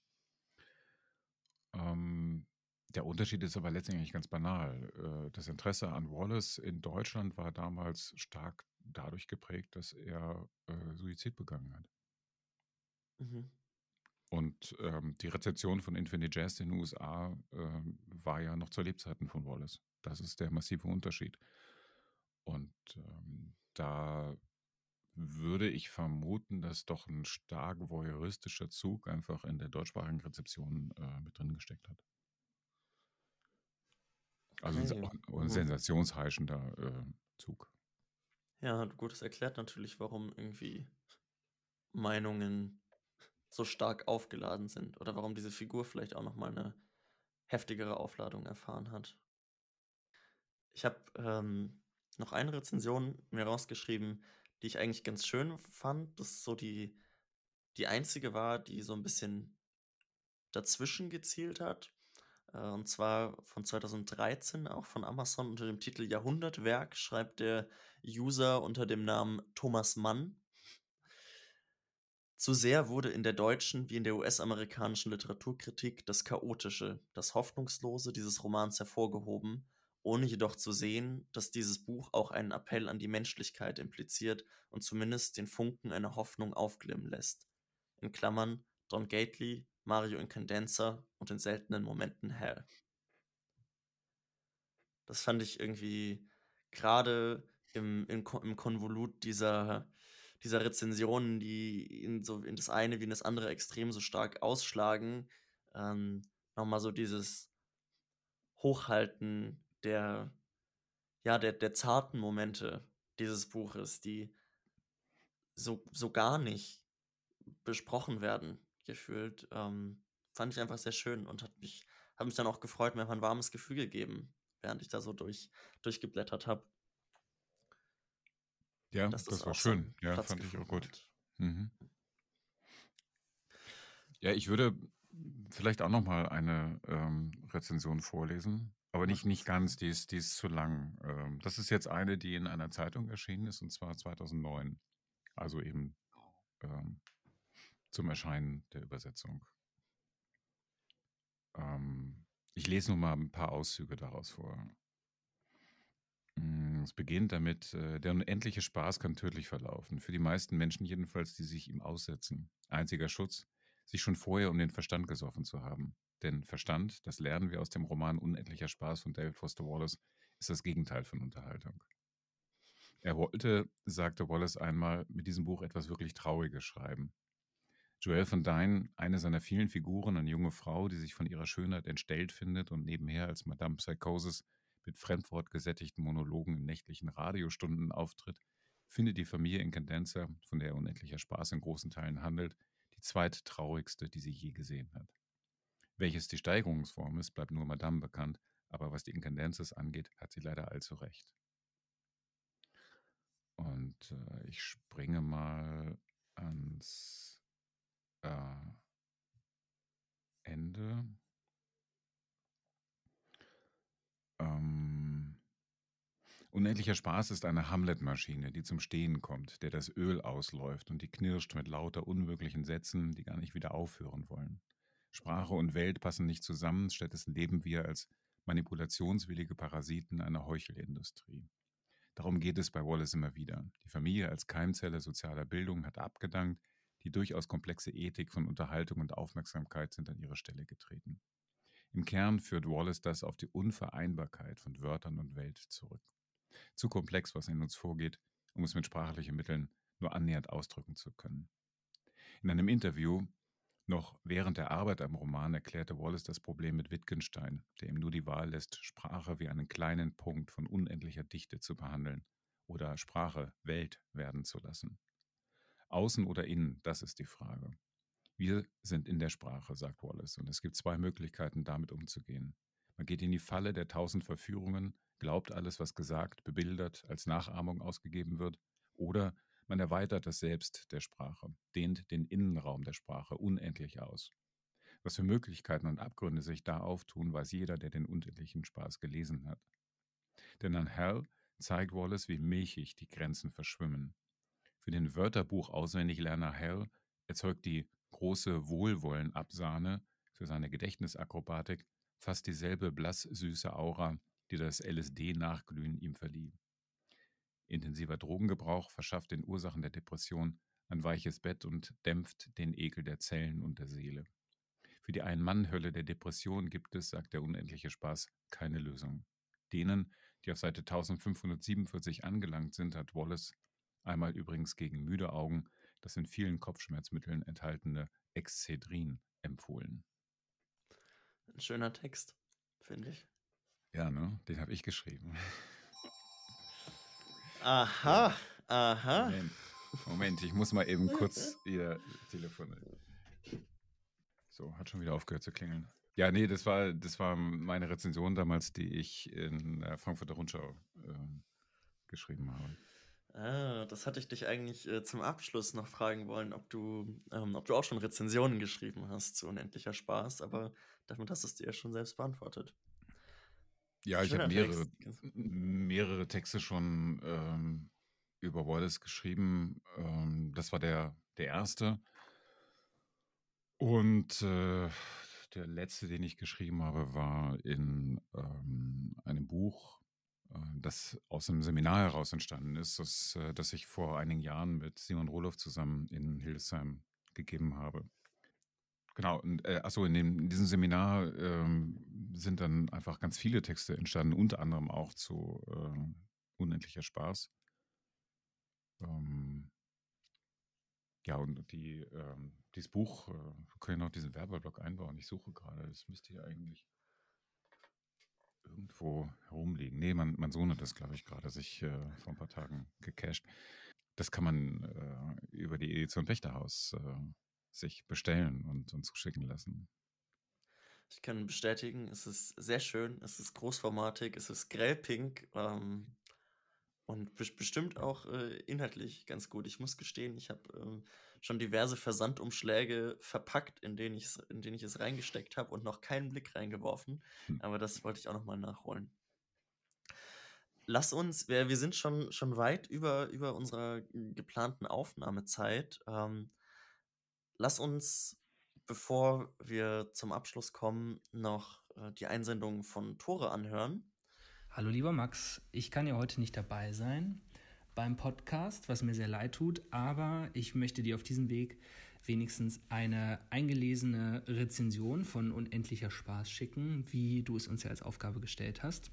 Ähm, der Unterschied ist aber letztendlich ganz banal. Äh, Das Interesse an Wallace in Deutschland war damals stark dadurch geprägt, dass er äh, Suizid begangen hat. Mhm. Und ähm, die Rezeption von Infinite Jest in den U S A ähm, war ja noch zu Lebzeiten von Wallace. Das ist der massive Unterschied. Und ähm, da würde ich vermuten, dass doch ein stark voyeuristischer Zug einfach in der deutschsprachigen Rezeption äh, mit drin gesteckt hat. Also ein, Okay. auch ein Mhm. sensationsheischender äh, Zug. Ja, gut, das erklärt natürlich, warum irgendwie Meinungen so stark aufgeladen sind oder warum diese Figur vielleicht auch noch mal eine heftigere Aufladung erfahren hat. Ich habe ähm, noch eine Rezension mir rausgeschrieben, die ich eigentlich ganz schön fand. Das ist so die, die einzige war, die so ein bisschen dazwischen gezielt hat. Äh, und zwar von zweitausenddreizehn, auch von Amazon unter dem Titel Jahrhundertwerk, schreibt der User unter dem Namen Thomas Mann. Zu sehr wurde in der deutschen wie in der U S-amerikanischen Literaturkritik das Chaotische, das Hoffnungslose dieses Romans hervorgehoben, ohne jedoch zu sehen, dass dieses Buch auch einen Appell an die Menschlichkeit impliziert und zumindest den Funken einer Hoffnung aufglimmen lässt. In Klammern Don Gately, Mario Incandenza und in seltenen Momenten Hell. Das fand ich irgendwie gerade im, im, Ko- im Konvolut dieser, dieser Rezensionen, die in, so in das eine wie in das andere Extrem so stark ausschlagen, ähm, nochmal so dieses Hochhalten der, ja, der, der zarten Momente dieses Buches, die so, so gar nicht besprochen werden, gefühlt, ähm, fand ich einfach sehr schön und hat mich, hat mich dann auch gefreut, mir einfach ein warmes Gefühl gegeben, während ich da so durch, durchgeblättert habe, Ja, dass das das war auch schön. seinen Ja, Platz fand ich auch gefunden gut. hat. Mhm. Ja, ich würde vielleicht auch noch mal eine ähm, Rezension vorlesen, aber Mach nicht, nicht das ganz, gerne. die ist, die ist zu lang. Ähm, das ist jetzt eine, die in einer Zeitung erschienen ist, und zwar zweitausendneun. Also eben ähm, zum Erscheinen der Übersetzung. Ähm, ich lese nur mal ein paar Auszüge daraus vor. Mm, Es beginnt damit, äh, der unendliche Spaß kann tödlich verlaufen. Für die meisten Menschen jedenfalls, die sich ihm aussetzen. Einziger Schutz, sich schon vorher um den Verstand gesoffen zu haben. Denn Verstand, das lernen wir aus dem Roman Unendlicher Spaß von David Foster Wallace, ist das Gegenteil von Unterhaltung. Er wollte, sagte Wallace einmal, mit diesem Buch etwas wirklich Trauriges schreiben. Joelle von Dyne, eine seiner vielen Figuren, eine junge Frau, die sich von ihrer Schönheit entstellt findet und nebenher als Madame Psychosis mit fremdwortgesättigten Monologen in nächtlichen Radiostunden auftritt, findet die Familie Incandenza, von der unendlicher Spaß in großen Teilen handelt, die zweittraurigste, die sie je gesehen hat. Welches die Steigerungsform ist, bleibt nur Madame bekannt, aber was die Incandenzas angeht, hat sie leider allzu recht. Und äh, ich springe mal ans äh, Ende. Ähm, Unendlicher Spaß ist eine Hamlet-Maschine, die zum Stehen kommt, der das Öl ausläuft und die knirscht mit lauter unmöglichen Sätzen, die gar nicht wieder aufhören wollen. Sprache und Welt passen nicht zusammen, stattdessen leben wir als manipulationswillige Parasiten einer Heuchelindustrie. Darum geht es bei Wallace immer wieder. Die Familie als Keimzelle sozialer Bildung hat abgedankt, die durchaus komplexe Ethik von Unterhaltung und Aufmerksamkeit sind an ihre Stelle getreten. Im Kern führt Wallace das auf die Unvereinbarkeit von Wörtern und Welt zurück. Zu komplex, was in uns vorgeht, um es mit sprachlichen Mitteln nur annähernd ausdrücken zu können. In einem Interview, noch während der Arbeit am Roman, erklärte Wallace das Problem mit Wittgenstein, der ihm nur die Wahl lässt, Sprache wie einen kleinen Punkt von unendlicher Dichte zu behandeln oder Sprache Welt werden zu lassen. Außen oder innen, das ist die Frage. Wir sind in der Sprache, sagt Wallace, und es gibt zwei Möglichkeiten, damit umzugehen. Man geht in die Falle der tausend Verführungen, glaubt alles, was gesagt, bebildert, als Nachahmung ausgegeben wird, oder man erweitert das Selbst der Sprache, dehnt den Innenraum der Sprache unendlich aus. Was für Möglichkeiten und Abgründe sich da auftun, weiß jeder, der den unendlichen Spaß gelesen hat. Denn an Hell zeigt Wallace, wie milchig die Grenzen verschwimmen. Für den Wörterbuch-Auswendiglerner Hell erzeugt die große Wohlwollen-Absahne für seine Gedächtnisakrobatik fast dieselbe blass-süße Aura, die das L S D-Nachglühen ihm verlieh. Intensiver Drogengebrauch verschafft den Ursachen der Depression ein weiches Bett und dämpft den Ekel der Zellen und der Seele. Für die Ein-Mann-Hölle der Depression gibt es, sagt der unendliche Spaß, keine Lösung. Denen, die auf Seite eintausendfünfhundertsiebenundvierzig angelangt sind, hat Wallace, einmal übrigens gegen müde Augen, das in vielen Kopfschmerzmitteln enthaltene Excedrin empfohlen. Ein schöner Text, finde ich. Ja, ne? Den habe ich geschrieben. Aha, aha. Moment, Moment, ich muss mal eben kurz wieder telefonieren. So, hat schon wieder aufgehört zu klingeln. Ja, nee, das war, das war meine Rezension damals, die ich in der Frankfurter Rundschau äh, geschrieben habe. Ah, das hatte ich dich eigentlich äh, zum Abschluss noch fragen wollen, ob du, ähm, ob du auch schon Rezensionen geschrieben hast zu Unendlicher Spaß, aber damit hast du es dir ja schon selbst beantwortet. Ja, ich habe Schöner mehrere, Text. mehrere Texte schon ähm, über Wallace geschrieben. Ähm, das war der, der erste. Und äh, der letzte, den ich geschrieben habe, war in ähm, einem Buch, äh, das aus einem Seminar heraus entstanden ist, das, äh, das ich vor einigen Jahren mit Simon Rohloff zusammen in Hildesheim gegeben habe. Genau, und äh, achso, in, dem, in diesem Seminar ähm, sind dann einfach ganz viele Texte entstanden, unter anderem auch zu äh, Unendlicher Spaß. Ähm, Ja, und die, ähm, dieses Buch, äh, wir können ja noch diesen Werbeblock einbauen. Ich suche gerade, das müsste hier eigentlich irgendwo herumliegen. Nee, mein, mein Sohn hat das, glaube ich, gerade sich äh, vor ein paar Tagen gecached. Das kann man äh, über die Edition Wächterhaus äh, sich bestellen und, und zuschicken lassen. Ich kann bestätigen, es ist sehr schön, es ist großformatig, es ist grellpink ähm, und bes- bestimmt auch äh, inhaltlich ganz gut. Ich muss gestehen, ich habe ähm, schon diverse Versandumschläge verpackt, in denen, ich's, in denen ich es reingesteckt habe und noch keinen Blick reingeworfen. Hm. Aber das wollte ich auch nochmal nachholen. Lass uns, wir, wir sind schon, schon weit über, über unserer geplanten Aufnahmezeit. Ähm, lass uns, bevor wir zum Abschluss kommen, noch äh, die Einsendung von Tore anhören. Hallo lieber Max, ich kann ja heute nicht dabei sein beim Podcast, was mir sehr leid tut, aber ich möchte dir auf diesem Weg wenigstens eine eingelesene Rezension von Unendlicher Spaß schicken, wie du es uns ja als Aufgabe gestellt hast.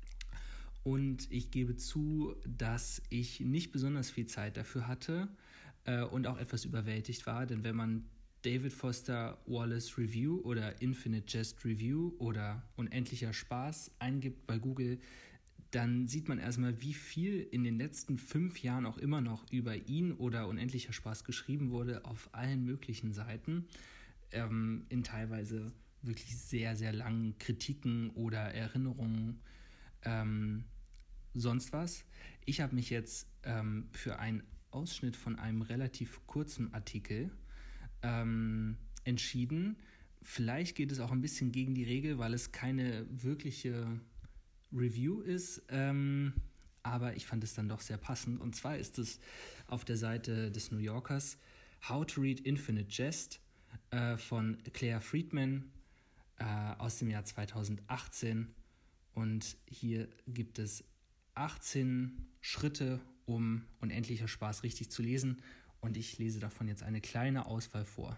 Und ich gebe zu, dass ich nicht besonders viel Zeit dafür hatte äh, und auch etwas überwältigt war, denn wenn man David Foster Wallace Review oder Infinite Jest Review oder Unendlicher Spaß eingibt bei Google, dann sieht man erstmal, wie viel in den letzten fünf Jahren auch immer noch über ihn oder Unendlicher Spaß geschrieben wurde auf allen möglichen Seiten, ähm, in teilweise wirklich sehr, sehr langen Kritiken oder Erinnerungen, ähm, sonst was. Ich habe mich jetzt ähm, für einen Ausschnitt von einem relativ kurzen Artikel ähm, entschieden. Vielleicht geht es auch ein bisschen gegen die Regel, weil es keine wirkliche Review ist, ähm, aber ich fand es dann doch sehr passend. Und zwar ist es auf der Seite des New Yorkers How to Read Infinite Jest äh, von Claire Friedman äh, aus dem Jahr zweitausendachtzehn. Und hier gibt es achtzehn Schritte, um Unendlicher Spaß richtig zu lesen. Und ich lese davon jetzt eine kleine Auswahl vor.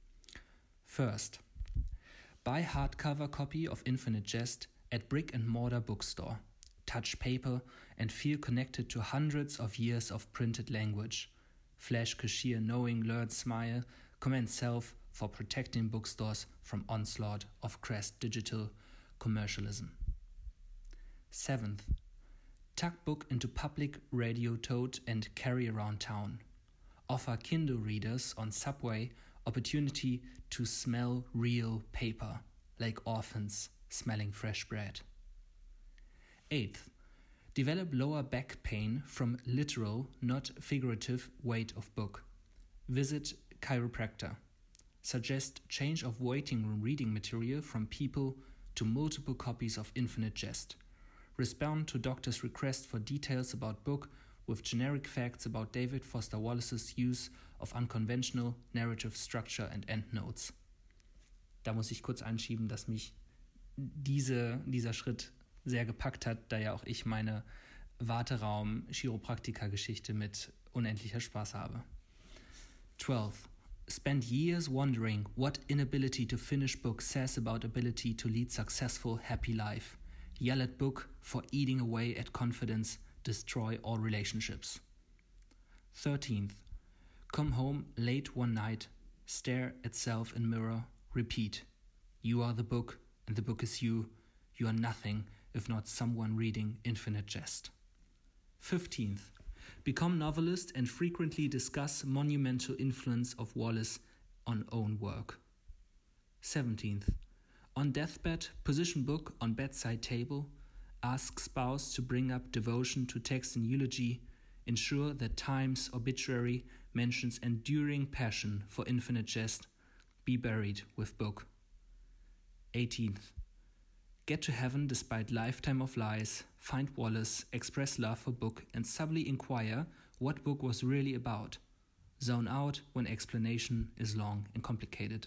First, buy hardcover copy of Infinite Jest at brick and mortar bookstore. Touch paper and feel connected to hundreds of years of printed language. Flash cashier knowing learned smile, commend self for protecting bookstores from onslaught of crass digital commercialism. Seventh, tuck book into public radio tote and carry around town. Offer Kindle readers on subway opportunity to smell real paper, like orphans smelling fresh bread. Eighth, develop lower back pain from literal, not figurative weight of book. Visit chiropractor. Suggest change of waiting room reading material from people to multiple copies of Infinite Jest. Respond to doctor's request for details about book with generic facts about David Foster Wallace's use of unconventional narrative structure and endnotes. Da muss ich kurz einschieben, dass mich diese, dieser Schritt sehr gepackt hat, da ja auch ich meine Warteraum-Chiropraktika-Geschichte mit Unendlicher Spaß habe. Twelfth, spend years wondering what inability to finish book says about ability to lead successful, happy life. Yell at book for eating away at confidence, destroy all relationships. Thirteenth, come home late one night, stare at self in mirror, repeat, you are the book and the book is you, you are nothing if not someone reading Infinite Jest. Fifteenth, become novelist and frequently discuss monumental influence of Wallace on own work. Seventeenth, on deathbed, position book on bedside table, ask spouse to bring up devotion to text and eulogy, ensure that Times obituary mentions enduring passion for Infinite Jest, be buried with book. eighteenth, get to heaven despite lifetime of lies, find Wallace, express love for book and subtly inquire what book was really about. Zone out when explanation is long and complicated.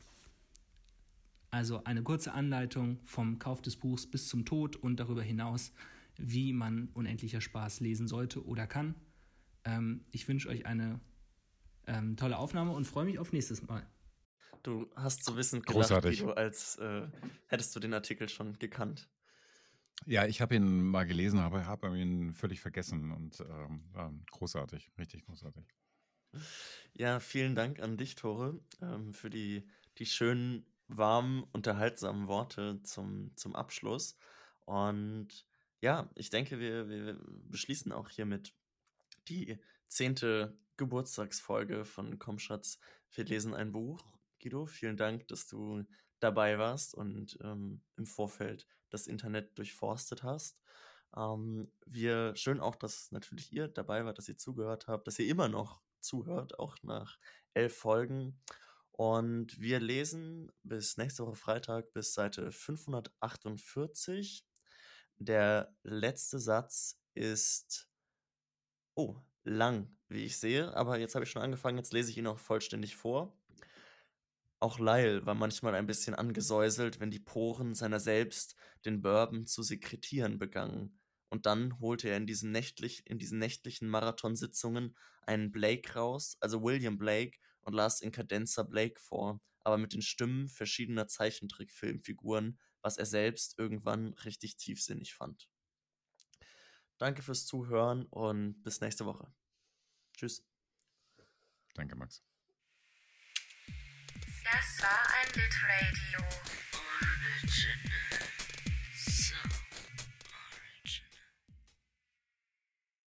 Also eine kurze Anleitung vom Kauf des Buchs bis zum Tod und darüber hinaus, wie man Unendlicher Spaß lesen sollte oder kann. Ähm, ich wünsche euch eine ähm, tolle Aufnahme und freue mich auf nächstes Mal. Du hast so wissend gelacht, Großartig. Guido, als äh, hättest du den Artikel schon gekannt. Ja, ich habe ihn mal gelesen, aber habe ihn völlig vergessen und ähm, war großartig, richtig großartig. Ja, vielen Dank an dich, Tore, ähm, für die, die schönen, warmen, unterhaltsamen Worte zum, zum Abschluss. Und ja, ich denke, wir, wir beschließen auch hiermit die zehnte Geburtstagsfolge von Komm Schatz, wir lesen ein Buch. Guido, vielen Dank, dass du dabei warst und ähm, im Vorfeld das Internet durchforstet hast. Ähm, wir schön auch, dass natürlich ihr dabei wart, dass ihr zugehört habt, dass ihr immer noch zuhört, auch nach elf Folgen. Und wir lesen bis nächste Woche Freitag bis Seite fünfhundertachtundvierzig. Der letzte Satz ist, oh, lang, wie ich sehe, aber jetzt habe ich schon angefangen, jetzt lese ich ihn auch vollständig vor. Auch Lyle war manchmal ein bisschen angesäuselt, wenn die Poren seiner selbst den Bourbon zu sekretieren begannen. Und dann holte er in diesen, nächtlich, in diesen nächtlichen Marathonsitzungen einen Blake raus, also William Blake, und las in Cadenza Blake vor, aber mit den Stimmen verschiedener Zeichentrickfilmfiguren, was er selbst irgendwann richtig tiefsinnig fand. Danke fürs Zuhören und bis nächste Woche. Tschüss. Danke, Max. Das war ein Litradio ohne Jingle.